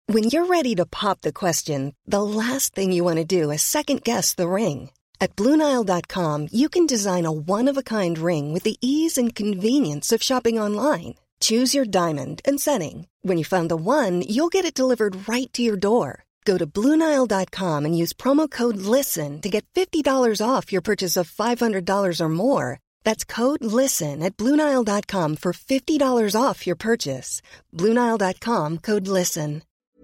When you're ready to pop the question, the last thing you want to do is second-guess the ring. At BlueNile.com, you can design a one-of-a-kind ring with the ease and convenience of shopping online. Choose your diamond and setting. When you find the one, you'll get it delivered right to your door. Go to BlueNile.com and use promo code LISTEN to get $50 off your purchase of $500 or more. That's code LISTEN at BlueNile.com for $50 off your purchase. BlueNile.com, code LISTEN.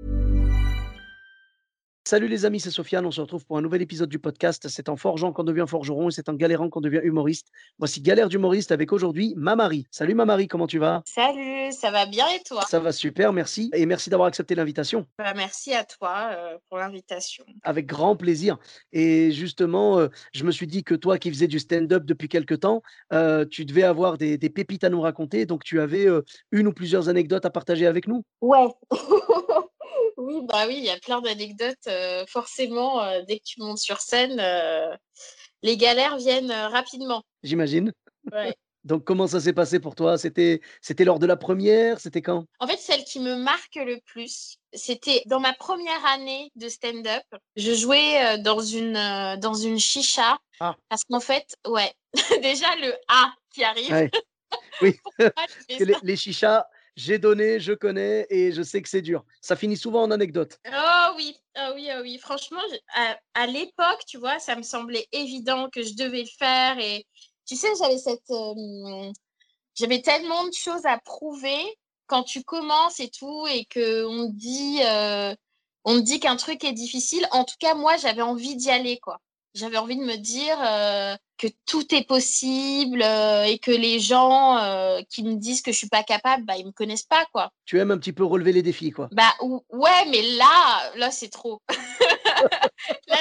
Salut les amis, c'est Sofiane, on se retrouve pour un nouvel épisode du podcast. C'est en forgeant qu'on devient forgeron et c'est en galérant qu'on devient humoriste. Voici Galère d'humoriste avec aujourd'hui Mamary. Salut Mamary, comment tu vas? Salut, ça va bien et toi? Ça va super, merci. Et merci d'avoir accepté l'invitation. Merci à toi pour l'invitation. Avec grand plaisir. Et justement, je me suis dit que toi qui faisais du stand-up depuis quelque temps, tu devais avoir des pépites à nous raconter. Donc tu avais une ou plusieurs anecdotes à partager avec nous. Ouais. Oui, il y a plein d'anecdotes. Forcément, dès que tu montes sur scène, les galères viennent rapidement. J'imagine. Ouais. Donc comment ça s'est passé pour toi? C'était lors de la première? C'était quand? En fait, celle qui me marque le plus, c'était dans ma première année de stand-up. Je jouais dans une chicha. Ah. Parce qu'en fait, ouais, déjà le A qui arrive. Ouais. Oui, Pourquoi tu fais ça? les chichas, j'ai donné, je connais et je sais que c'est dur. Ça finit souvent en anecdote. Oh oui, oui. Franchement, à l'époque, tu vois, ça me semblait évident que je devais le faire. Et tu sais, j'avais tellement de choses à prouver quand tu commences et tout, et qu'on te dit qu'un truc est difficile. En tout cas, moi, j'avais envie d'y aller, quoi. J'avais envie de me dire que tout est possible et que les gens qui me disent que je suis pas capable, ils me connaissent pas, quoi. Tu aimes un petit peu relever les défis, quoi. Ouais, mais là, c'est trop. Là,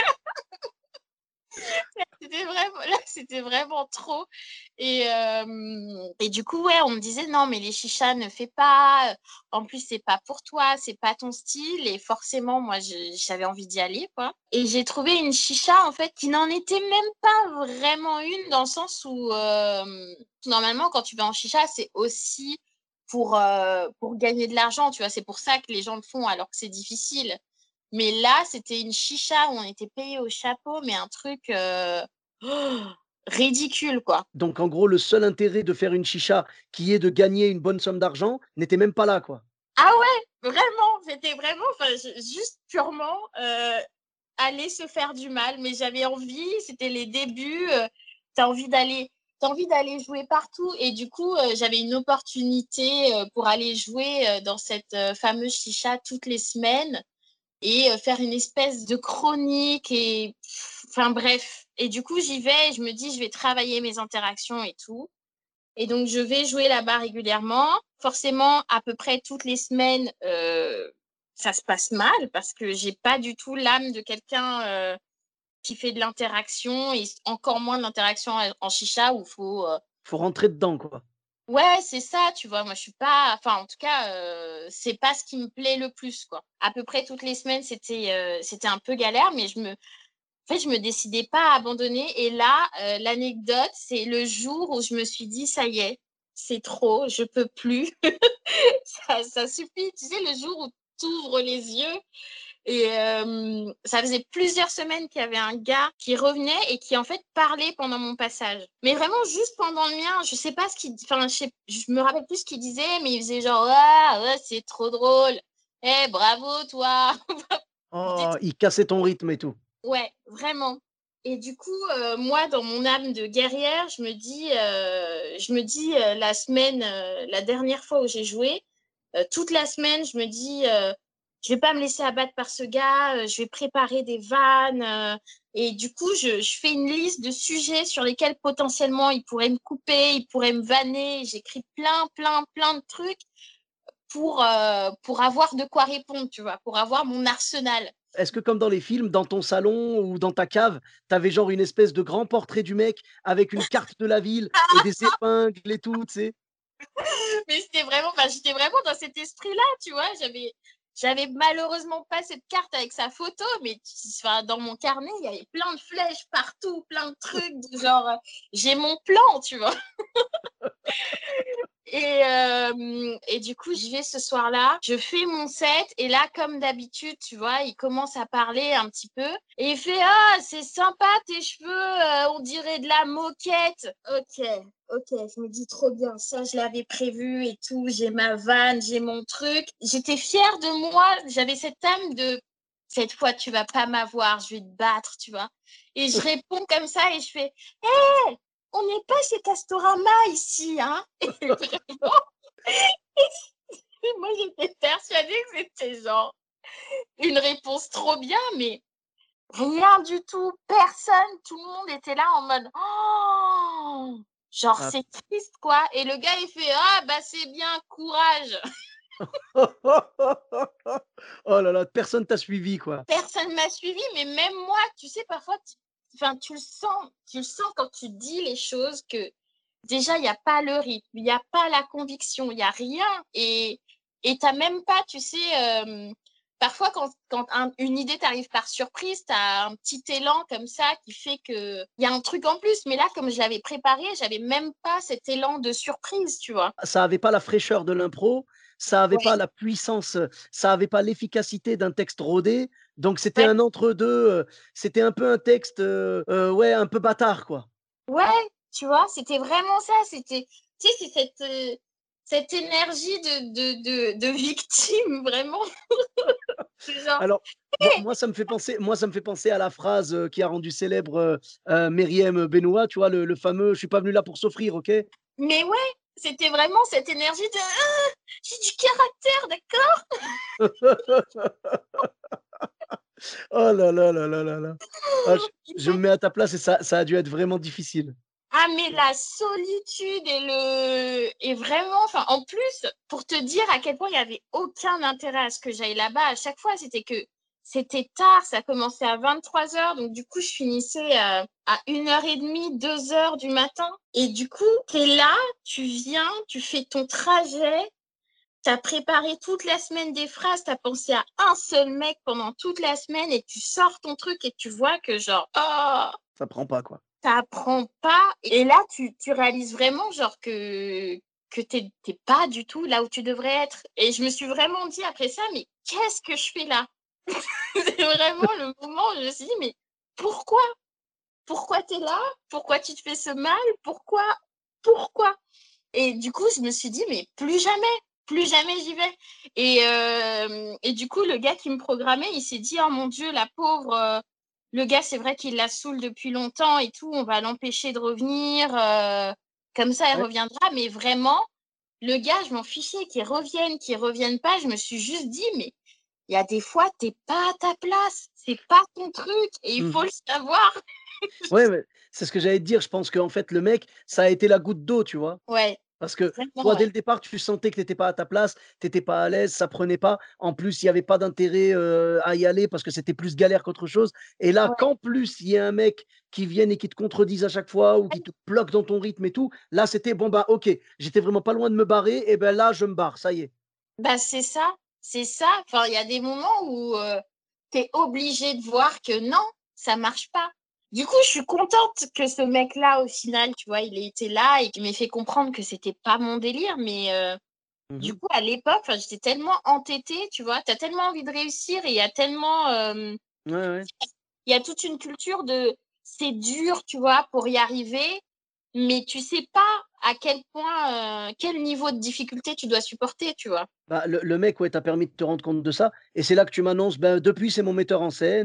c'était vraiment trop. Et du coup, ouais, on me disait non, mais les chichas ne fais pas. En plus, c'est pas pour toi, c'est pas ton style. Et forcément, moi, j'avais envie d'y aller, quoi. Et j'ai trouvé une chicha, en fait, qui n'en était même pas vraiment une, dans le sens où normalement, quand tu vas en chicha, c'est aussi pour gagner de l'argent, tu vois. C'est pour ça que les gens le font, alors que c'est difficile. Mais là, c'était une chicha où on était payé au chapeau, mais un truc ridicule, quoi. Donc en gros, le seul intérêt de faire une chicha, qui est de gagner une bonne somme d'argent, n'était même pas là, quoi. Ah ouais, vraiment, c'était vraiment, juste purement aller se faire du mal. Mais j'avais envie, c'était les débuts, t'as envie d'aller jouer partout. Et du coup, j'avais une opportunité pour aller jouer dans cette fameuse chicha toutes les semaines. Et faire une espèce de chronique et enfin bref. Et du coup, j'y vais et je me dis, je vais travailler mes interactions et tout. Et donc, je vais jouer là-bas régulièrement. Forcément, à peu près toutes les semaines, ça se passe mal parce que j'ai pas du tout l'âme de quelqu'un qui fait de l'interaction et encore moins de l'interaction en chicha où il faut... Faut rentrer dedans, quoi. Ouais, c'est ça, tu vois. Moi, je suis pas... Enfin, en tout cas, c'est pas ce qui me plaît le plus, quoi. À peu près toutes les semaines, c'était un peu galère, mais je me décidais pas à abandonner. Et là, l'anecdote, c'est le jour où je me suis dit, ça y est, c'est trop, je peux plus. Ça suffit. Tu sais, le jour où tu ouvres les yeux. Et ça faisait plusieurs semaines qu'il y avait un gars qui revenait et qui en fait parlait pendant mon passage. Mais vraiment juste pendant le mien, je sais pas ce qu'il... Enfin, je me rappelle plus ce qu'il disait, mais il faisait genre « Ouais, c'est trop drôle. Bravo, toi !» Oh, il cassait ton rythme et tout. Ouais, vraiment. Et du coup, moi, dans mon âme de guerrière, je me dis la semaine, la dernière fois où j'ai joué, toute la semaine, je me dis, je vais pas me laisser abattre par ce gars, je vais préparer des vannes. Et du coup, je fais une liste de sujets sur lesquels potentiellement il pourrait me couper, il pourrait me vanner. J'écris plein de trucs pour avoir de quoi répondre, tu vois, pour avoir mon arsenal. Est-ce que comme dans les films, dans ton salon ou dans ta cave, t'avais genre une espèce de grand portrait du mec avec une carte de la ville et des épingles et tout, tu sais? Mais j'étais vraiment dans cet esprit-là, tu vois. J'avais malheureusement pas cette carte avec sa photo, mais enfin, dans mon carnet, il y avait plein de flèches partout, plein de trucs, genre, j'ai mon plan, tu vois. Et du coup, j'y vais ce soir-là, je fais mon set, et là, comme d'habitude, tu vois, il commence à parler un petit peu, et il fait « Ah, c'est sympa tes cheveux, on dirait de la moquette. » Ok, je me dis trop bien, ça, je l'avais prévu et tout, j'ai ma vanne, j'ai mon truc. J'étais fière de moi, j'avais cette âme de « Cette fois, tu vas pas m'avoir, je vais te battre, tu vois. » Et je réponds comme ça, et je fais « Hé, on n'est pas chez Castorama ici, hein. » Et vraiment, moi, j'étais persuadée que c'était genre une réponse trop bien, mais rien du tout, personne, tout le monde était là en mode oh, genre Ah. c'est triste quoi. Et le gars il fait ah bah c'est bien, courage. Oh là là, personne t'a suivi, quoi. Personne m'a suivi, mais même moi, tu sais, parfois, enfin, tu le sens quand tu dis les choses que déjà, il n'y a pas le rythme, il n'y a pas la conviction, il n'y a rien. Et tu n'as même pas, tu sais, parfois, quand une idée t'arrive par surprise, tu as un petit élan comme ça qui fait qu'il y a un truc en plus. Mais là, comme je l'avais préparé, j'avais même pas cet élan de surprise, tu vois. Ça avait pas la fraîcheur de l'impro, ça avait Ouais, pas la puissance, ça avait pas l'efficacité d'un texte rodé, donc c'était ouais, un entre-deux, c'était un peu un texte, ouais, un peu bâtard, quoi. ouais, tu vois, c'était vraiment ça. C'était, tu sais, c'est cette énergie de victime, vraiment. C'est genre, Alors, moi, ça me fait penser à la phrase, qui a rendu célèbre, Myriam Benoît, tu vois? Le fameux: «Je suis pas venu là pour s'offrir, OK?» mais ouais, c'était vraiment cette énergie de ah, j'ai du caractère, d'accord? Oh là là là là là là. Ah, je me mets à ta place et ça a dû être vraiment difficile. Ah, mais la solitude et vraiment, enfin, en plus, pour te dire à quel point il y avait aucun intérêt à ce que j'aille là-bas, à chaque fois, c'était que c'était tard, ça commençait à 23h, donc du coup, je finissais à 1h30, 2h du matin. Et du coup, tu es là, tu viens, tu fais ton trajet, tu as préparé toute la semaine des phrases, tu as pensé à un seul mec pendant toute la semaine et tu sors ton truc et tu vois que genre, oh, Ça prend pas, quoi. t'apprends pas. Et là, tu réalises vraiment genre que t'es pas du tout là où tu devrais être. Et je me suis vraiment dit après ça, mais qu'est-ce que je fais là? C'est vraiment le moment où je me suis dit, mais pourquoi? Pourquoi t'es là? Pourquoi tu te fais ce mal? Pourquoi? Pourquoi? Et du coup, je me suis dit, mais plus jamais j'y vais. Et du coup, le gars qui me programmait, il s'est dit, oh mon Dieu, la pauvre, le gars, c'est vrai qu'il la saoule depuis longtemps et tout, on va l'empêcher de revenir, comme ça, elle Ouais. reviendra. Mais vraiment, le gars, je m'en fichais, qu'il revienne pas. Je me suis juste dit, mais il y a des fois, t'es pas à ta place, c'est pas ton truc et il faut Mmh. le savoir. Ouais, ouais, c'est ce que j'allais te dire. Je pense qu'en fait, le mec, ça a été la goutte d'eau, tu vois? Ouais, Parce que vraiment, toi, dès ouais. le départ, tu sentais que tu étais pas à ta place, tu étais pas à l'aise, ça prenait pas. En plus, il y avait pas d'intérêt, à y aller parce que c'était plus galère qu'autre chose et là, Ouais. qu'en plus, il y ait un mec qui vienne et qui te contredise à chaque fois ou qui te bloque dans ton rythme et tout, là, c'était bon, bah, OK, j'étais vraiment pas loin de me barrer et ben là, je me barre, ça y est. Bah, c'est ça, c'est ça. Enfin, il y a des moments où tu es obligé de voir que non, ça marche pas. Du coup, je suis contente que ce mec-là, au final, tu vois, il ait été là et qu'il m'ait fait comprendre que c'était pas mon délire. Mais Mmh du mh. coup, à l'époque, enfin, j'étais tellement entêtée, tu vois, tu as tellement envie de réussir et il y a tellement, Ouais, ouais. il y a toute une culture de c'est dur, tu vois, pour y arriver, mais tu sais pas à quel point, quel niveau de difficulté tu dois supporter, tu vois. Bah, le mec, ouais, t'a permis de te rendre compte de ça et c'est là que tu m'annonces: «Ben, depuis, c'est mon metteur en scène».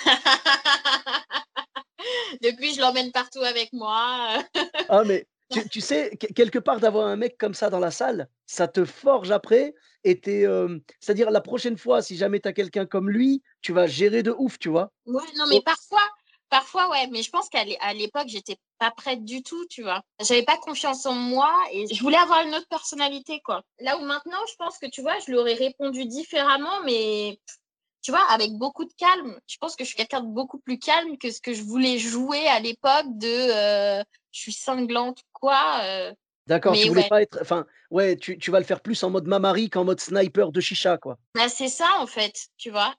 Depuis, je l'emmène partout avec moi. Ah mais tu sais, quelque part d'avoir un mec comme ça dans la salle, ça te forge après et tu c'est-à-dire la prochaine fois, si jamais tu as quelqu'un comme lui, tu vas gérer de ouf, tu vois? Ouais, non, mais Oh, parfois, ouais, mais je pense à l'époque, j'étais pas prête du tout, tu vois? J'avais pas confiance en moi et je voulais avoir une autre personnalité, quoi. Là où maintenant, je pense que, tu vois, je lui aurais répondu différemment, mais tu vois, avec beaucoup de calme. Je pense que je suis quelqu'un de beaucoup plus calme que ce que je voulais jouer à l'époque de je suis cinglante, quoi. D'accord, tu Mais voulais ouais, pas être enfin, ouais, tu vas le faire plus en mode Mamari qu'en mode sniper de chicha, quoi. bah, c'est ça en fait, tu vois?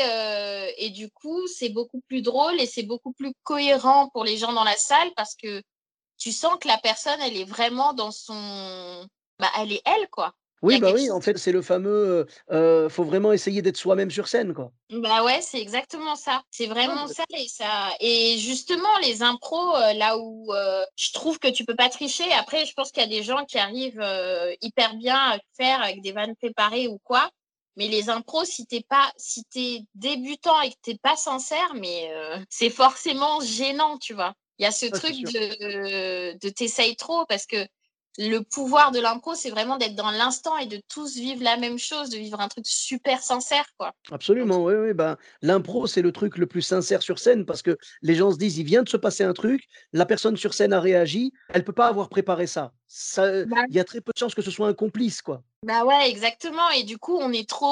Et du coup, c'est beaucoup plus drôle et c'est beaucoup plus cohérent pour les gens dans la salle parce que tu sens que la personne, elle est vraiment dans son bah, elle est elle, quoi. Il y Oui, a bah, quelque oui, chose en fait, c'est le fameux, faut vraiment essayer d'être soi-même sur scène, quoi. bah, ouais, c'est exactement ça. C'est Ah vraiment bah ça et justement les impros, là où, je trouve que tu peux pas tricher. Après, je pense qu'il y a des gens qui arrivent, hyper bien à le faire avec des vannes préparées ou quoi. Mais les impros, si t'es débutant et que t'es pas sincère, mais, c'est forcément gênant, tu vois? Il y a ce ouais, c'est truc sûr. de tu trop parce que le pouvoir de l'impro, c'est vraiment d'être dans l'instant et de tous vivre la même chose, de vivre un truc super sincère, quoi. Donc Absolument, oui, oui, ben, l'impro, c'est le truc le plus sincère sur scène parce que les gens se disent: «Il vient de se passer un truc, la personne sur scène a réagi, elle peut pas avoir préparé ça». Ça, bah il y a très peu de chances que ce soit un complice, quoi. bah, ouais, exactement et du coup,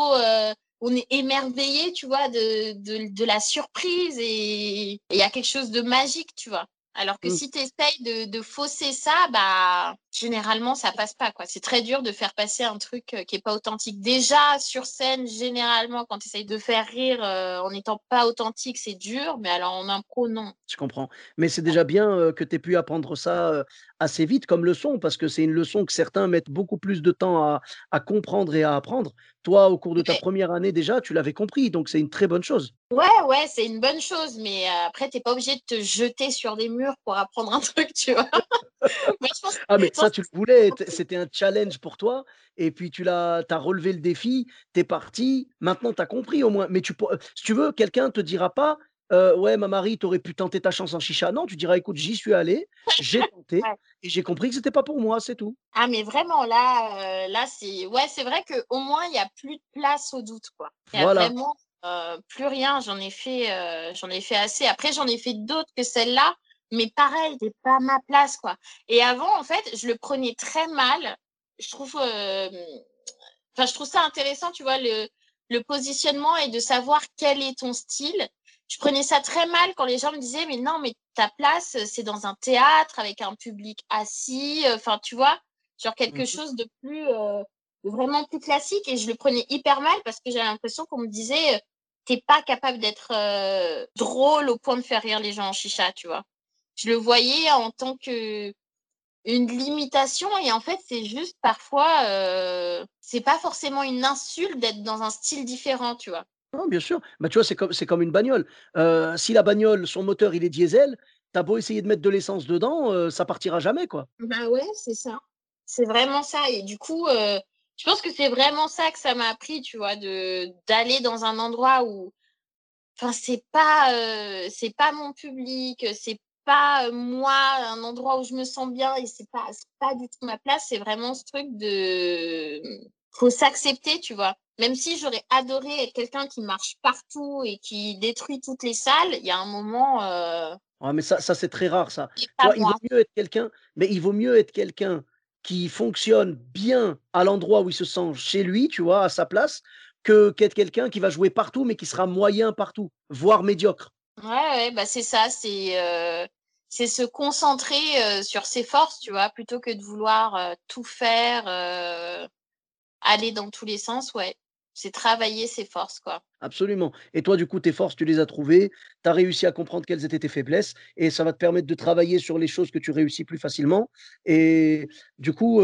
on est émerveillé, tu vois, de la surprise et il y a quelque chose de magique, tu vois? Alors que Mmh. si tu essayes de fausser ça, bah, généralement, ça passe pas, quoi. C'est très dur de faire passer un truc, qui est pas authentique. Déjà, sur scène, généralement, quand tu essayes de faire rire, en étant pas authentique, c'est dur, mais alors en impro, non. Je comprends. Mais c'est déjà bien, que tu aies pu apprendre ça, assez vite comme leçon, parce que c'est une leçon que certains mettent beaucoup plus de temps à comprendre et à apprendre. Toi, au cours de ta Ouais. première année déjà, tu l'avais compris, donc c'est une très bonne chose. Ouais, ouais, c'est une bonne chose, mais après, tu pas obligé de te jeter sur des murs pour apprendre un truc, tu vois? Moi, Ah mais je pense ça, tu le voulais, c'était un challenge pour toi et puis tu as relevé le défi, tu es parti, maintenant tu as compris au moins. Mais si tu veux, quelqu'un te dira pas, «Ouais, ma Marie, tu aurais pu tenter ta chance en chicha». Non, tu diras: «Écoute, j'y suis allé, j'ai tenté ouais. et j'ai compris que c'était pas pour moi, c'est tout». Ah, mais vraiment là, c'est ouais, c'est vrai qu'au moins, il y a plus de place au doute, quoi. Il y a Voilà. vraiment, plus rien. J'en ai fait assez. Après, j'en ai fait d'autres que celle-là, mais pareil, c'est pas ma place, quoi et avant, en fait, je le prenais très mal. Je trouve, enfin, je trouve ça intéressant, tu vois, le positionnement et de savoir quel est ton style. Je prenais ça très mal quand les gens me disaient, mais non, mais ta place, c'est dans un théâtre avec un public assis, enfin, tu vois, genre quelque Mmh. chose de plus, de vraiment plus classique. Et je le prenais hyper mal parce que j'avais l'impression qu'on me disait, t'es pas capable d'être drôle au point de faire rire les gens en chicha, tu vois. Je le voyais en tant que une limitation et en fait, c'est juste parfois, c'est pas forcément une insulte d'être dans un style différent, tu vois? Non, bien sûr. Bah, tu vois, c'est comme une bagnole. Si la bagnole, son moteur, il est diesel, tu as beau essayer de mettre de l'essence dedans, ça partira jamais, quoi. Bah, ouais, c'est ça. C'est vraiment ça et du coup, je pense que c'est vraiment ça que ça m'a appris, tu vois? De d'aller dans un endroit où enfin, c'est pas mon public, c'est pas, moi, un endroit où je me sens bien et c'est pas du tout ma place. C'est vraiment ce truc de, faut s'accepter, tu vois? Même si j'aurais adoré être quelqu'un qui marche partout et qui détruit toutes les salles, il y a un moment, Ah, mais ça, c'est très rare, ça. c'est Tu pas vois, moi. il vaut mieux être quelqu'un qui fonctionne bien à l'endroit où il se sent chez lui, tu vois, à sa place, qu'être quelqu'un qui va jouer partout, mais qui sera moyen partout, voire médiocre. Ouais, ouais, bah, c'est ça, c'est se concentrer, sur ses forces, tu vois? Plutôt que de vouloir, tout faire, aller dans tous les sens, ouais. C'est travailler ses forces, quoi. Absolument. Et toi, du coup, tes forces, tu les as trouvées, tu as réussi à comprendre quelles étaient tes faiblesses et ça va te permettre de travailler sur les choses que tu réussis plus facilement et du coup,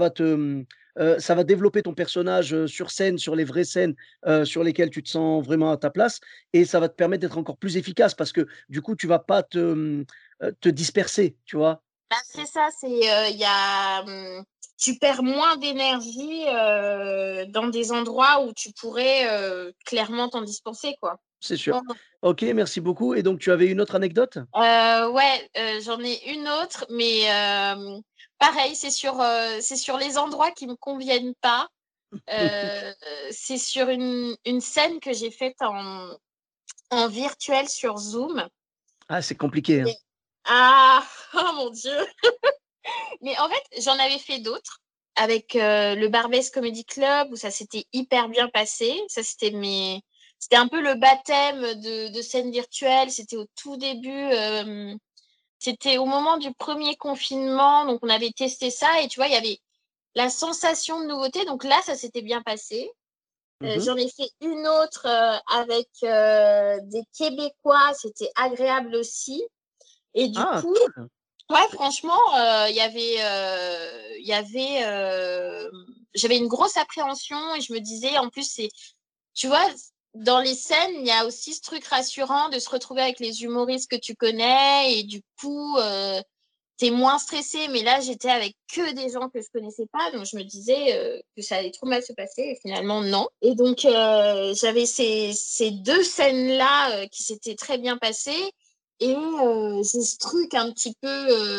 ça va développer ton personnage, sur scène, sur les vraies scènes, sur lesquelles tu te sens vraiment à ta place et ça va te permettre d'être encore plus efficace parce que, du coup, tu vas pas te disperser, tu vois? Bah, c'est ça, il y a, tu perds moins d'énergie, dans des endroits où tu pourrais, clairement t'en dispenser, quoi. C'est sûr. Mmh. OK, merci beaucoup et donc tu avais une autre anecdote? Ouais, j'en ai une autre, mais pareil, c'est sur les endroits qui me conviennent pas. Heu, c'est sur une scène que j'ai faite en virtuel sur Zoom. Ah, c'est compliqué, hein. Mais ah! Oh mon Dieu! Mais en fait, j'en avais fait d'autres avec, le Barbès Comedy Club où ça s'était hyper bien passé. Ça, c'était un peu le baptême de scène virtuelle. C'était au tout début, C'était au moment du premier confinement, donc on avait testé ça et tu vois, il y avait la sensation de nouveauté. Donc là, ça s'était bien passé. J'en ai fait une autre avec des Québécois, c'était agréable aussi. Et du Ah, coup, cool. ouais, franchement, j'avais une grosse appréhension et je me disais, en plus, tu vois, dans les scènes, il y a aussi ce truc rassurant de se retrouver avec les humoristes que tu connais et du coup, t'es moins stressé. Mais là, j'étais avec que des gens que je connaissais pas, donc je me disais que ça allait trop mal se passer et finalement, non. Et donc, j'avais ces deux scènes-là qui s'étaient très bien passées et j'ai ce truc un petit peu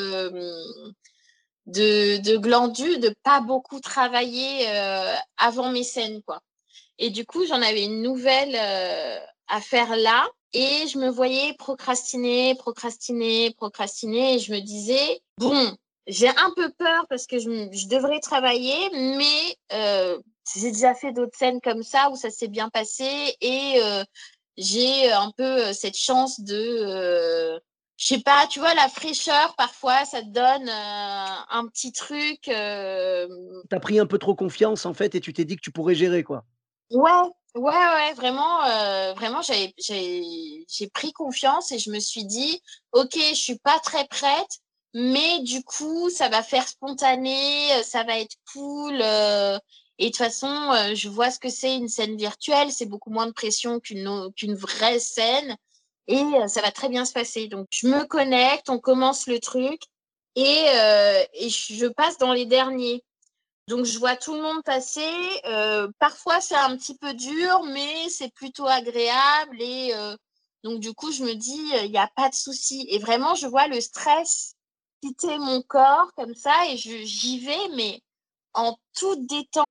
de glandu, de pas beaucoup travailler avant mes scènes, quoi. Et du coup, j'en avais une nouvelle à faire là. Et je me voyais procrastiner. Et je me disais, bon, j'ai un peu peur parce que je devrais travailler, mais j'ai déjà fait d'autres scènes comme ça où ça s'est bien passé. Et j'ai un peu cette chance je sais pas, tu vois, la fraîcheur, parfois, ça te donne un petit truc. Tu as pris un peu trop confiance en fait et tu t'es dit que tu pourrais gérer, quoi. Ouais, ouais, vraiment, j'ai pris confiance et je me suis dit, ok, je suis pas très prête, mais du coup, ça va faire spontané, ça va être cool. Et de toute façon, je vois ce que c'est une scène virtuelle, c'est beaucoup moins de pression qu'une vraie scène et ça va très bien se passer. Donc, je me connecte, on commence le truc et je passe dans les derniers. Donc, je vois tout le monde passer. Parfois, c'est un petit peu dur, mais c'est plutôt agréable. Et donc, du coup, je me dis, il n'y a pas de souci. Et vraiment, je vois le stress quitter mon corps comme ça et j'y vais, mais en toute détente.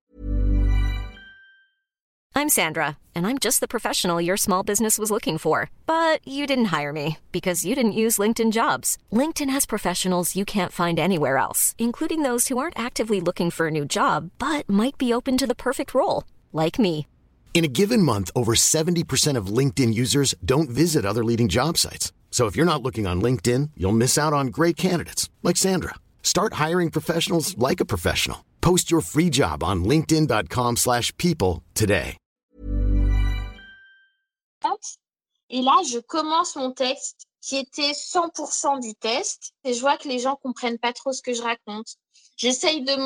I'm Sandra, and I'm just the professional your small business was looking for. But you didn't hire me because you didn't use LinkedIn Jobs. LinkedIn has professionals you can't find anywhere else, including those who aren't actively looking for a new job, but might be open to the perfect role, like me. In a given month, over 70% of LinkedIn users don't visit other leading job sites. So if you're not looking on LinkedIn, you'll miss out on great candidates like Sandra. Start hiring professionals like a professional. Post your free job on linkedin.com/people today. Et là, je commence mon texte qui était 100% du test et je vois que les gens comprennent pas trop ce que je raconte. J'essaye de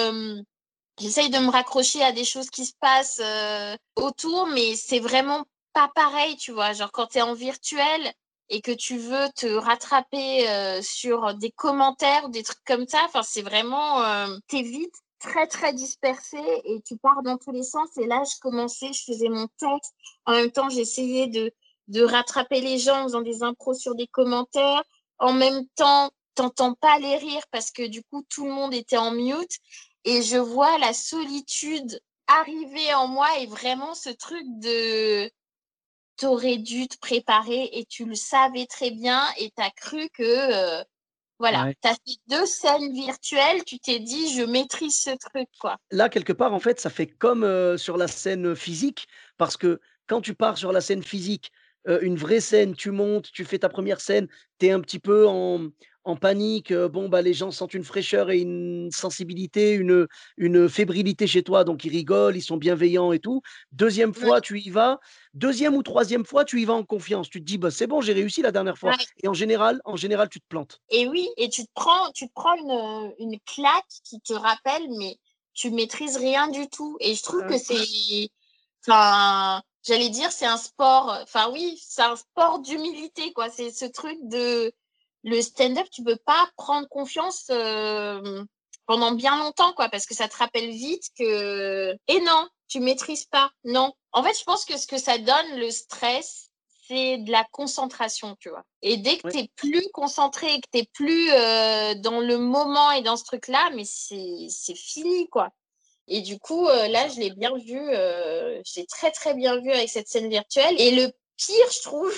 me raccrocher à des choses qui se passent autour, mais c'est vraiment pas pareil, tu vois. Genre quand tu es en virtuel et que tu veux te rattraper sur des commentaires, des trucs comme ça, enfin c'est vraiment, t'es vite très très dispersé et tu pars dans tous les sens. Et là, je faisais mon texte. En même temps, j'essayais de rattraper les gens en faisant des impros sur des commentaires. En même temps, t'entends pas les rires parce que du coup, tout le monde était en mute. Et je vois la solitude arriver en moi et vraiment ce truc de t'aurais dû te préparer et tu le savais très bien et t'as cru que voilà, Ouais. t'as fait 2 scènes virtuelles, tu t'es dit je maîtrise ce truc quoi. Là, quelque part, en fait, ça fait comme, sur la scène physique, parce que quand tu pars sur la scène physique, une vraie scène, tu montes, tu fais ta première scène, tu es un petit peu en panique, bon, bah, les gens sentent une fraîcheur et une sensibilité, une fébrilité chez toi, donc ils rigolent, ils sont bienveillants et tout. Deuxième Ouais, fois, tu y vas, deuxième ou troisième fois, tu y vas en confiance. Tu te dis: «Bah, c'est bon, j'ai réussi la dernière fois» ouais. et en général, tu te plantes. Et oui, et tu te prends une claque qui te rappelle, mais tu maîtrises rien du tout. Et je trouve que Ouais. enfin, j'allais dire, c'est un sport, enfin oui, c'est un sport d'humilité, quoi. C'est ce truc le stand-up, tu peux pas prendre confiance pendant bien longtemps, quoi, parce que ça te rappelle vite et non, tu maîtrises pas. Non. En fait, je pense que ce que ça donne, le stress, c'est de la concentration, tu vois. Et dès que Ouais. tu es plus concentré et que tu es plus dans le moment et dans ce truc-là, mais c'est fini, quoi. Et du coup, là, je l'ai bien vu, j'ai très, très bien vu avec cette scène virtuelle. Et le pire, je trouve,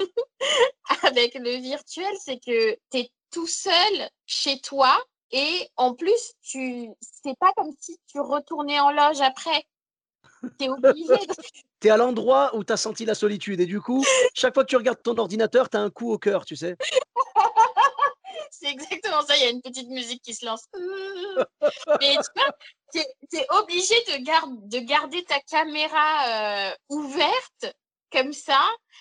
avec le virtuel, c'est que tu es tout seul chez toi et en plus, c'est pas comme si tu retournais en loge après. Tu es obligé. Tu es à l'endroit où tu as senti la solitude et du coup, chaque fois que tu regardes ton ordinateur, tu as un coup au cœur, tu sais? exactement ça. Il y a une petite musique qui se lance. Mais tu vois, t'es obligé de garder ta caméra ouverte comme ça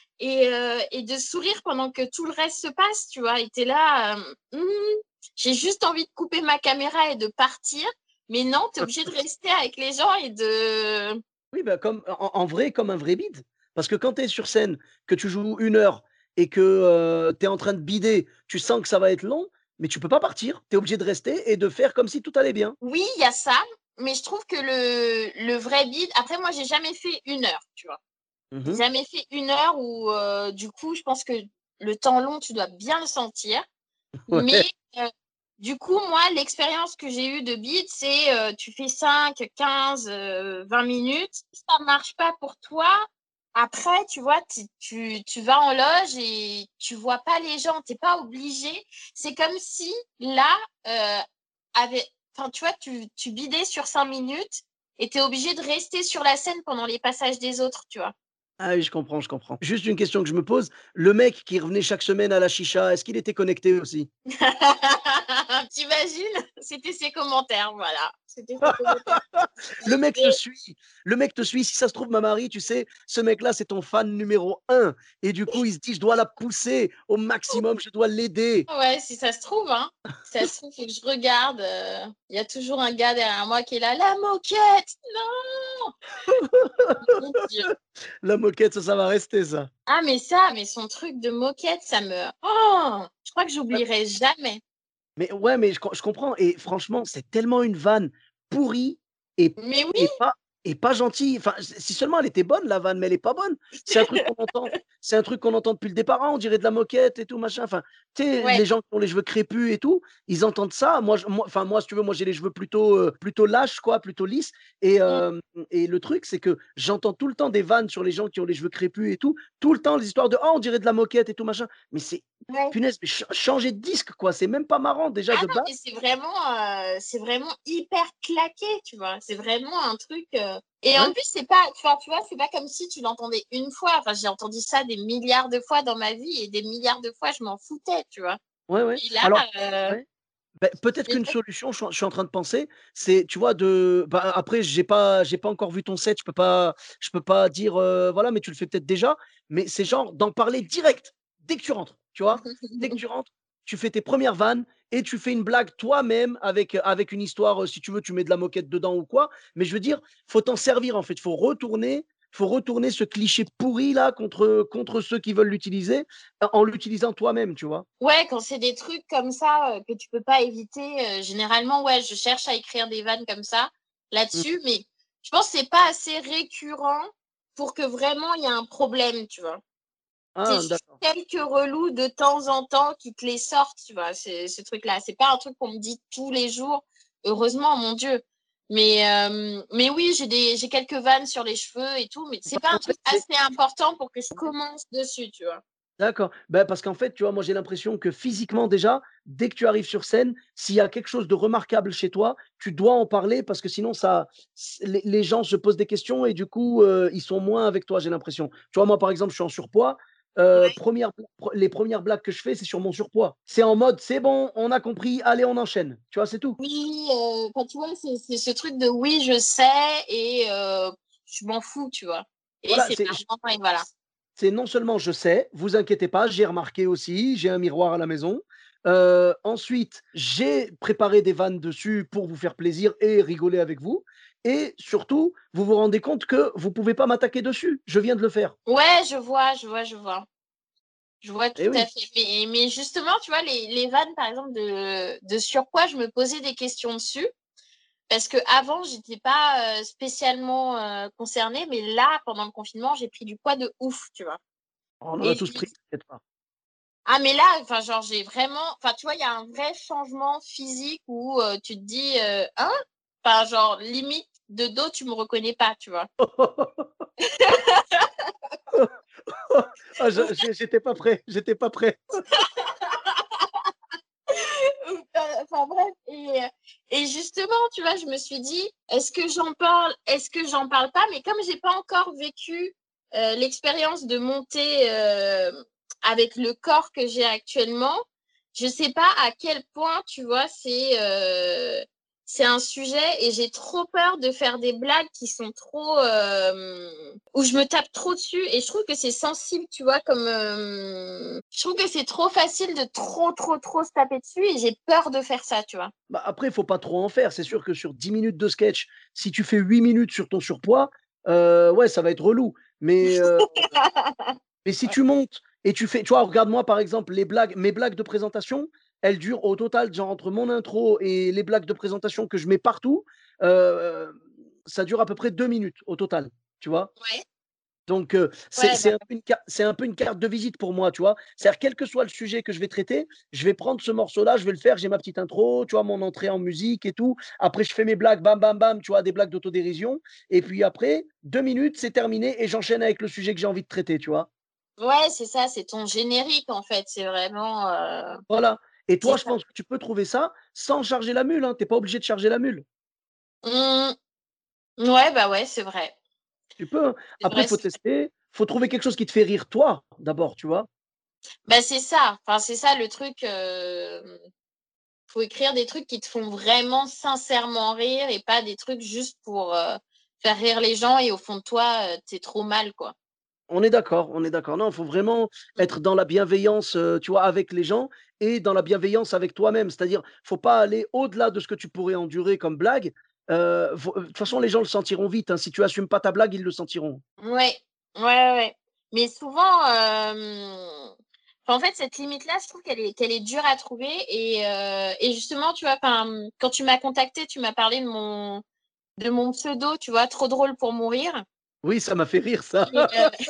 et de sourire pendant que tout le reste se passe, tu vois. Et t'es là, j'ai juste envie de couper ma caméra et de partir. Mais non, t'es obligé de rester avec les gens et de... Oui, bah, comme en vrai, comme un vrai bide. Parce que quand tu es sur scène, que tu joues 1 heure et que, tu es en train de bider, tu sens que ça va être long, mais tu peux pas partir. Tu es obligé de rester et de faire comme si tout allait bien. Oui, il y a ça, mais je trouve que le vrai bide... Après, moi, j'ai jamais fait 1 heure, tu vois. J'ai Mmh. jamais fait 1 heure où, du coup, je pense que le temps long, tu dois bien le sentir. Mais Ouais. du coup, moi, l'expérience que j'ai eue de bide, c'est tu fais 5, 15, 20 minutes. Si ça marche pas pour toi, après, tu vois, tu vas en loge et tu vois pas les gens. T'es pas obligé. C'est comme si là, enfin, tu vois, tu bidais sur 5 minutes et t'es obligé de rester sur la scène pendant les passages des autres, tu vois. Ah oui, je comprends, je comprends. Juste une question que je me pose, le mec qui revenait chaque semaine à la chicha, est-ce qu'il était connecté aussi? T'imagines? C'était ses commentaires, voilà. C'était ses commentaires. Le mec te suit, le mec te suit. Si ça se trouve, ma Marie, tu sais, ce mec-là, c'est ton fan numéro un et du coup, il se dit: «Je dois la pousser au maximum, je dois l'aider». Ouais, si ça se trouve, hein. Si ça se trouve, faut que je regarde. Il y a toujours un gars derrière moi qui est là. La moquette! Non! Mon Dieu. La moquette, ça va rester ça. Ah, mais son truc de moquette, ça me. Oh! Je crois que j'oublierai jamais. Mais ouais, mais je comprends et franchement, c'est tellement une vanne pourrie et Mais oui! et pas et pas gentille. Enfin, si seulement elle était bonne la vanne, mais elle est pas bonne. C'est un truc qu'on entend depuis le départ: «Ah, on dirait de la moquette et tout machin». Enfin, tu sais, Ouais. les gens qui ont les cheveux crépus et tout, ils entendent ça. Moi, si tu veux, moi j'ai les cheveux plutôt lâches quoi, plutôt lisses et Mm, et le truc, c'est que j'entends tout le temps des vannes sur les gens qui ont les cheveux crépus et tout le temps les histoires de: «Ah, on dirait de la moquette et tout machin». Mais c'est ouais. punaise, mais changer de disque quoi, c'est même pas marrant déjà Ah de non, base. mais c'est vraiment hyper claqué, tu vois. C'est vraiment un truc. Et en Ouais, plus, c'est pas, enfin, tu vois, c'est pas comme si tu l'entendais une fois. Enfin, j'ai entendu ça des milliards de fois dans ma vie et des milliards de fois, je m'en foutais, tu vois. ouais, ouais. Et là, Alors ouais, peut-être et qu'une là, solution, je suis en train de penser, c'est, tu vois, après j'ai pas encore vu ton set, je peux pas dire, voilà, mais tu le fais peut-être déjà, mais c'est genre d'en parler direct, dès que tu rentres, tu vois? Dès que tu rentres, tu fais tes premières vannes et tu fais une blague toi-même avec une histoire, si tu veux, tu mets de la moquette dedans ou quoi, mais je veux dire, faut t'en servir en fait, faut retourner ce cliché pourri là contre ceux qui veulent l'utiliser, en l'utilisant toi-même, tu vois? ouais, quand c'est des trucs comme ça que tu peux pas éviter, généralement, ouais, je cherche à écrire des vannes comme ça Mmh. là-dessus, mais je pense que c'est pas assez récurrent pour que vraiment il y ait un problème, tu vois. C'est Ah juste d'accord. quelques relous de temps en temps qui te les sortent, tu vois, ce truc-là. C'est pas un truc qu'on me dit tous les jours, heureusement, mon Dieu. Mais oui, j'ai quelques vannes sur les cheveux et tout, mais c'est pas Parce un qu'en truc fait, c'est assez important pour que je commence dessus, tu vois. d'accord. Bah, parce qu'en fait, tu vois, moi, j'ai l'impression que physiquement, déjà, dès que tu arrives sur scène, s'il y a quelque chose de remarquable chez toi, tu dois en parler parce que sinon ça les gens se posent des questions et du coup, ils sont moins avec toi, j'ai l'impression. Tu vois, moi, par exemple, je suis en surpoids, 1re les premières blagues que je fais, c'est sur mon surpoids. C'est en mode: «C'est bon, on a compris, allez, on enchaîne». Tu vois, c'est tout. Oui, enfin, tu vois, c'est ce truc de oui, je sais et je m'en fous, tu vois. Et Voilà, c'est marrant et voilà. c'est non seulement je sais, vous inquiétez pas, j'ai remarqué aussi, j'ai un miroir à la maison. Ensuite, j'ai préparé des vannes dessus pour vous faire plaisir et rigoler avec vous et surtout, vous vous rendez compte que vous pouvez pas m'attaquer dessus. Je viens de le faire. Ouais, je vois, je vois, je vois. Je vois Eh tout à oui. fait. Mais justement, tu vois, les vannes, par exemple, de surpoids, je me posais des questions dessus. Parce que avant, j'étais pas spécialement concernée, mais là, pendant le confinement, j'ai pris du poids de ouf, tu vois. On en a Et je tous me pris, dis, t'inquiète pas. ah, mais là, enfin, genre, j'ai vraiment, enfin, tu vois, il y a un vrai changement physique où tu te dis, hein? Enfin, genre, limite, de dos, tu me reconnais pas, tu vois. Ah, j'étais pas prêt, j'étais pas prêt. Enfin bref, et justement, tu vois, je me suis dit, est-ce que j'en parle, est-ce que j'en parle pas? Mais comme j'ai pas encore vécu l'expérience de monter avec le corps que j'ai actuellement, je sais pas à quel point, tu vois, c'est un sujet et j'ai trop peur de faire des blagues qui sont trop où je me tape trop dessus et je trouve que c'est sensible, tu vois, comme je trouve que c'est trop facile de trop se taper dessus et j'ai peur de faire ça, tu vois. Bah, après, il faut pas trop en faire. C'est sûr que sur 10 minutes de sketch, si tu fais 8 minutes sur ton surpoids, ouais, ça va être relou. Mais si tu montes et tu vois, regarde-moi par exemple mes blagues de présentation, elles durent au total, genre entre mon intro et les blagues de présentation que je mets partout, heu, ça dure à peu près 2 minutes au total, tu vois? Ouais, Donc, ouais, bah, c'est un peu une carte de visite pour moi, tu vois? C'est-à-dire quel que soit le sujet que je vais traiter, je vais prendre ce morceau-là, je vais le faire, j'ai ma petite intro, tu vois? Mon entrée en musique et tout. Après je fais mes blagues, bam, bam, bam, tu vois? Des blagues d'autodérision et puis après 2 minutes, c'est terminé et j'enchaîne avec le sujet que j'ai envie de traiter, tu vois? ouais, c'est ça, c'est ton générique en fait, c'est vraiment Voilà, et c'est toi, je ça. pense que tu peux trouver ça sans charger la mule, hein. Tu es pas obligé de charger la mule. Mmh, ouais, bah ouais, c'est vrai. Tu peux, hein. C'est Après, vrai, il faut c'est vrai. tester, faut trouver quelque chose qui te fait rire toi, d'abord, tu vois? Bah c'est ça, enfin c'est ça le truc faut écrire des trucs qui te font vraiment sincèrement rire et pas des trucs juste pour faire rire les gens et au fond de toi, tu trop mal, quoi. On est d'accord, on est d'accord. Non, il faut vraiment Mmh. être dans la bienveillance, tu vois, avec les gens et dans la bienveillance avec toi-même. C'est-à-dire, faut pas aller au-delà de ce que tu pourrais endurer comme blague. De toute façon, les gens le sentiront vite, hein. Si tu assumes pas ta blague, ils le sentiront. Ouais, ouais. Mais souvent, en fait, cette limite-là, je trouve qu'elle est dure à trouver et justement, tu vois, enfin, quand tu m'as contactée, tu m'as parlé de mon pseudo, tu vois? Trop drôle pour mourir Oui, ça m'a fait rire ça. et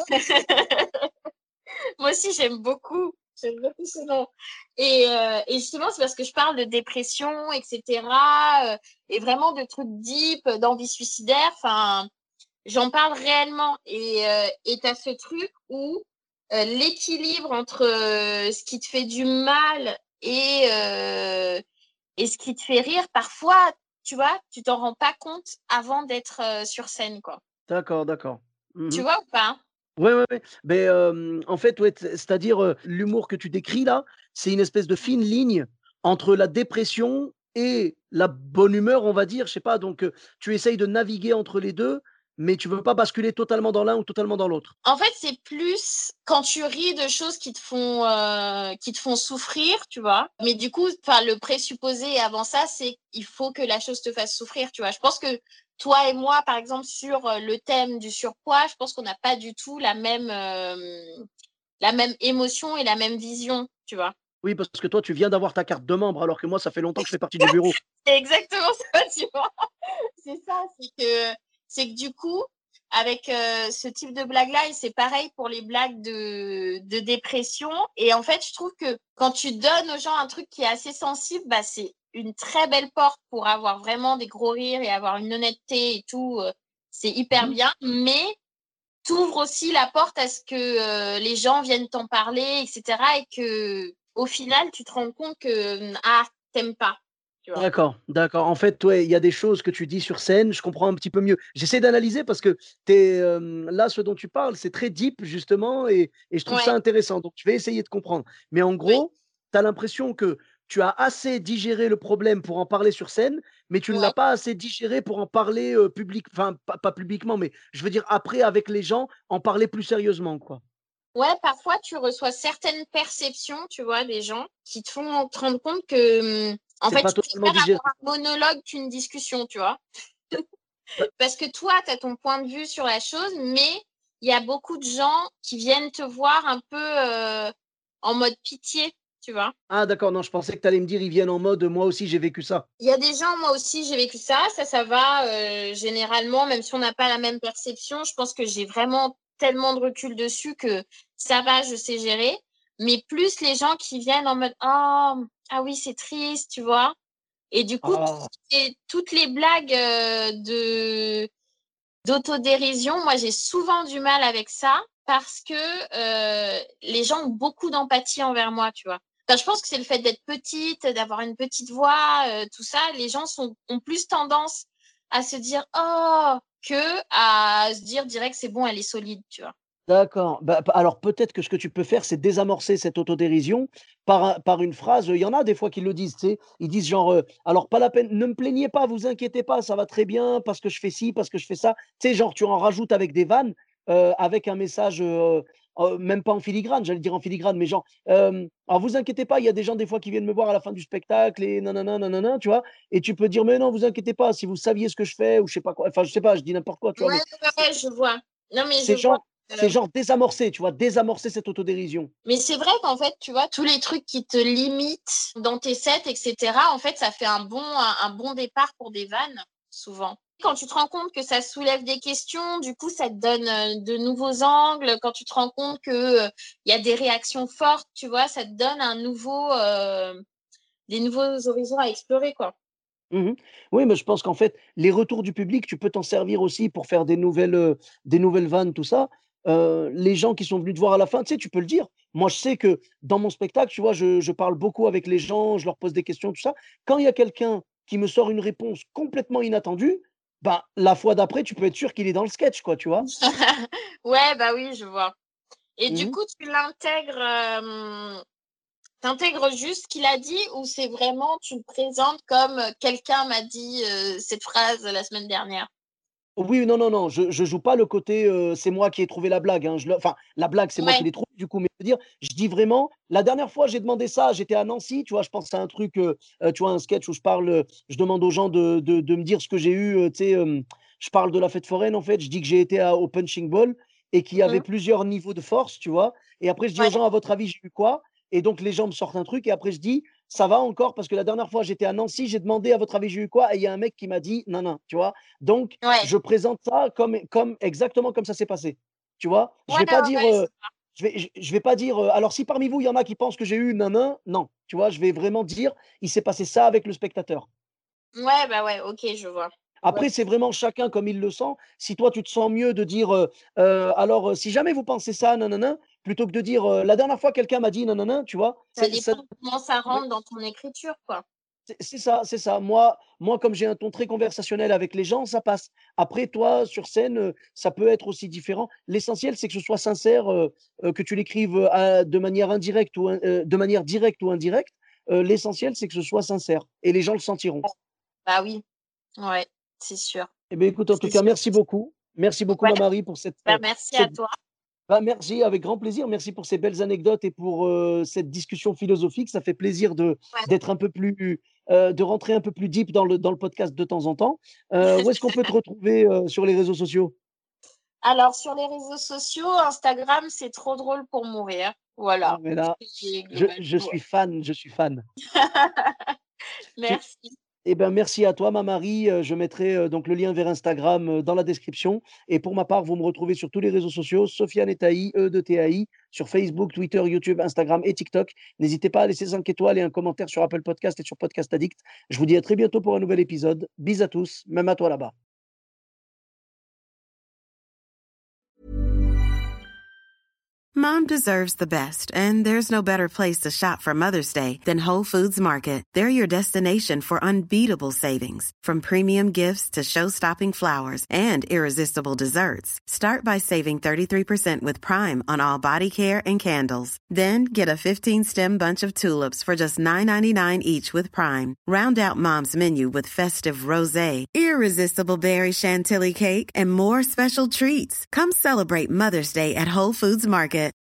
moi aussi, j'aime beaucoup ce nom et justement, c'est parce que je parle de dépression et cetera, et vraiment de trucs deep, d'envie suicidaire, enfin, j'en parle réellement et tu as ce truc où l'équilibre entre ce qui te fait du mal et ce qui te fait rire, parfois, tu vois, tu t'en rends pas compte avant d'être sur scène, quoi. D'accord, d'accord. Tu Mmh. vois ou pas? Ouais, ouais, ouais. Beh, en fait, ouais, c'est-à-dire, l'humour que tu décris là, c'est une espèce de fine ligne entre la dépression et la bonne humeur, on va dire. Je sais pas, donc, tu essayes de naviguer entre les 2, mais tu veux pas basculer totalement dans l'un ou totalement dans l'autre. En fait, c'est plus quand tu ris de choses qui te font souffrir, tu vois. Mais du coup, enfin, le présupposé avant ça, c'est qu'il faut que la chose te fasse souffrir, tu vois. Je pense que toi et moi, par exemple, sur le thème du surpoids, je pense qu'on n'a pas du tout la même émotion et la même vision, tu vois. Oui, parce que toi, tu viens d'avoir ta carte de membre, alors que moi, ça fait longtemps que je fais partie du bureau. C'est exactement ça, tu vois. C'est ça, c'est que du coup, avec ce type de blague-là, et c'est pareil pour les blagues de dépression. Et en fait, je trouve que quand tu donnes aux gens un truc qui est assez sensible, bah, c'est une très belle porte pour avoir vraiment des gros rires et avoir une honnêteté et tout. C'est hyper Mmh. bien, mais t'ouvres aussi la porte à ce que les gens viennent t'en parler, etc. Et que au final, tu te rends compte que ah, t'aimes pas, tu vois. D'accord, d'accord. En fait, ouais, il y a des choses que tu dis sur scène, je comprends un petit peu mieux. J'essaie d'analyser parce que là, ce dont tu parles, c'est très deep justement et je trouve ça Ouais, intéressant. Donc je vais essayer de comprendre. Mais en ouais, gros, tu as l'impression que tu as assez digéré le problème pour en parler sur scène, mais tu ne l'as ouais. pas assez digéré pour en parler, enfin pas publiquement, mais je veux dire après avec les gens, en parler plus sérieusement, quoi. Ouais, parfois tu reçois certaines perceptions, tu vois, des gens qui te font te rendre compte que, en C'est fait, pas tu totalement préfères digéré. avoir un monologue qu'une discussion, tu vois. Bah, Parce que toi, tu as ton point de vue sur la chose, mais il y a beaucoup de gens qui viennent te voir un peu en mode pitié, tu vois. ah d'accord, non, je pensais que tu allais me dire: «Ils viennent en mode, moi aussi j'ai vécu ça». Il y a des gens, moi aussi, j'ai vécu ça. Ça va. Généralement, même si on n'a pas la même perception, je pense que j'ai vraiment tellement de recul dessus que ça va, je sais gérer. Mais plus les gens qui viennent en mode oh, ah oui, c'est triste, tu vois. Et du coup, Ah! toutes les blagues d'autodérision, moi, j'ai souvent du mal avec ça parce que les gens ont beaucoup d'empathie envers moi, tu vois. Enfin, je pense que c'est le fait d'être petite, d'avoir une petite voix, tout ça. Les gens ont plus tendance à se dire oh que à se dire direct c'est bon, elle est solide, tu vois. D'accord. Bah, alors peut-être que ce que tu peux faire, c'est désamorcer cette autodérision par une phrase, il y en a des fois qui le disent, tu sais? Ils disent genre, «Alors pas la peine, ne me plaignez pas, vous inquiétez pas, ça va très bien parce que je fais ci, parce que je fais ça». Tu sais, genre tu en rajoutes avec des vannes, avec un message, même pas en filigrane, j'allais dire en filigrane, mais genre, «Alors vous inquiétez pas, il y a des gens des fois qui viennent me voir à la fin du spectacle et nanana, nanana», tu vois? Et tu peux dire: «Mais non, vous inquiétez pas, si vous saviez ce que je fais» ou je sais pas quoi, enfin je sais pas, je dis n'importe quoi, tu Ouais, vois? Mais ouais, ouais, je vois. Non, mais je c'est vois. genre c'est genre désamorcer, tu vois? Désamorcer cette autodérision. Mais c'est vrai qu'en fait, tu vois, tous les trucs qui te limitent dans tes sets, et cetera, en fait, ça fait un bon départ pour des vannes, souvent. Quand tu te rends compte que ça soulève des questions, du coup, ça te donne de nouveaux angles. Quand tu te rends compte que il y a des réactions fortes, tu vois, ça te donne des nouveaux horizons à explorer, quoi. Mmh. Oui, mais je pense qu'en fait, les retours du public, tu peux t'en servir aussi pour faire des nouvelles vannes, tout ça. Les gens qui sont venus te voir à la fin, tu sais, tu peux le dire. Moi, je sais que dans mon spectacle, tu vois, je parle beaucoup avec les gens, je leur pose des questions, tout ça. Quand il y a quelqu'un qui me sort une réponse complètement inattendue, ben, la fois d'après, tu peux être sûr qu'il est dans le sketch, quoi, tu vois? Ouais, bah oui, je vois. Et du Mmh. coup, t'intègres juste ce qu'il a dit ou c'est vraiment, tu le présentes comme quelqu'un m'a dit cette phrase la semaine dernière? Oui, non, non, non, je joue pas le côté, c'est moi qui ai trouvé la blague, hein, enfin, la blague, c'est moi qui Ouais, l'ai trouvée du coup, mais je veux dire, je dis vraiment la dernière fois, j'ai demandé ça, j'étais à Nancy, tu vois? Je pense à un truc, tu vois, un sketch où je parle, je demande aux gens de me dire ce que j'ai eu, tu sais, je parle de la fête foraine, en fait, je dis que j'ai été au punching ball et qu'il y avait mmh, plusieurs niveaux de force, tu vois? Et après je dis aux ouais, gens: «À votre avis, j'ai eu quoi?» Et donc les gens me sortent un truc et après je dis: «Ça va encore parce que la dernière fois, j'étais à Nancy, j'ai demandé: "À votre avis, j'ai eu quoi?» et il y a un mec qui m'a dit: "Non, non", tu vois? Donc ouais, je présente ça comme exactement comme ça s'est passé, tu vois? Je ouais, vais ouais, pas dire, ouais, je vais pas dire, «Alors si parmi vous, il y en a qui pensent que j'ai eu nin non, tu vois? Je vais vraiment dire: «Il s'est passé ça avec le spectateur». ouais, bah ouais, OK, je vois. Ouais, Après, c'est vraiment chacun comme il le sent. Si toi, tu te sens mieux de dire, «Alors, si jamais vous pensez ça, nin plutôt que de dire, «La dernière fois, quelqu'un m'a dit nin tu vois? ça C'est ça dépend de comment ça oui. rentre dans ton écriture, quoi. C'est ça, c'est ça. Moi, comme j'ai un ton très conversationnel avec les gens, ça passe. Après, toi, sur scène, ça peut être aussi différent. L'essentiel, c'est que ce soit sincère, que tu l'écrives, de manière indirecte ou de manière directe ou indirecte. L'essentiel, c'est que ce soit sincère et les gens le sentiront. Bah oui, ouais, c'est sûr, Eh beh, écoute, en tout c'est cas, sûr. merci beaucoup. Merci beaucoup, Ouais, ma Marie, pour bah merci à cette toi. bah, merci, avec grand plaisir. Merci pour ces belles anecdotes et pour, cette discussion philosophique. Ça fait plaisir Ouais. d'être un peu plus, de rentrer un peu plus deep dans le podcast de temps en temps. Où est-ce qu'on peut te retrouver, sur les réseaux sociaux? Alors sur les réseaux sociaux, Instagram, c'est trop drôle pour mourir. Ah Voilà. mais là, Et je globalement, suis fan, je suis fan. Tu merci. Eh ben, merci à toi, ma Marie. Je mettrai, donc le lien vers Instagram, dans la description et pour ma part, vous me retrouvez sur tous les réseaux sociaux, Sofiane et Taï, E de T-A-I, sur Facebook, Twitter, YouTube, Instagram et TikTok. N'hésitez pas à laisser 5 étoiles et un commentaire sur Apple Podcast et sur Podcast Addict. Je vous dis à très bientôt pour un nouvel épisode. Bis à tous, même à toi là-bas. Mom deserves the best, and there's no better place to shop for Mother's Day than Whole Foods Market. They're your destination for unbeatable savings, from premium gifts to show-stopping flowers and irresistible desserts. Start by saving 33% with Prime on all body care and candles. Then get a 15-stem bunch of tulips for just $9.99 each with Prime. Round out Mom's menu with festive rosé, irresistible berry chantilly cake, and more special treats. Come celebrate Mother's Day at Whole Foods Market.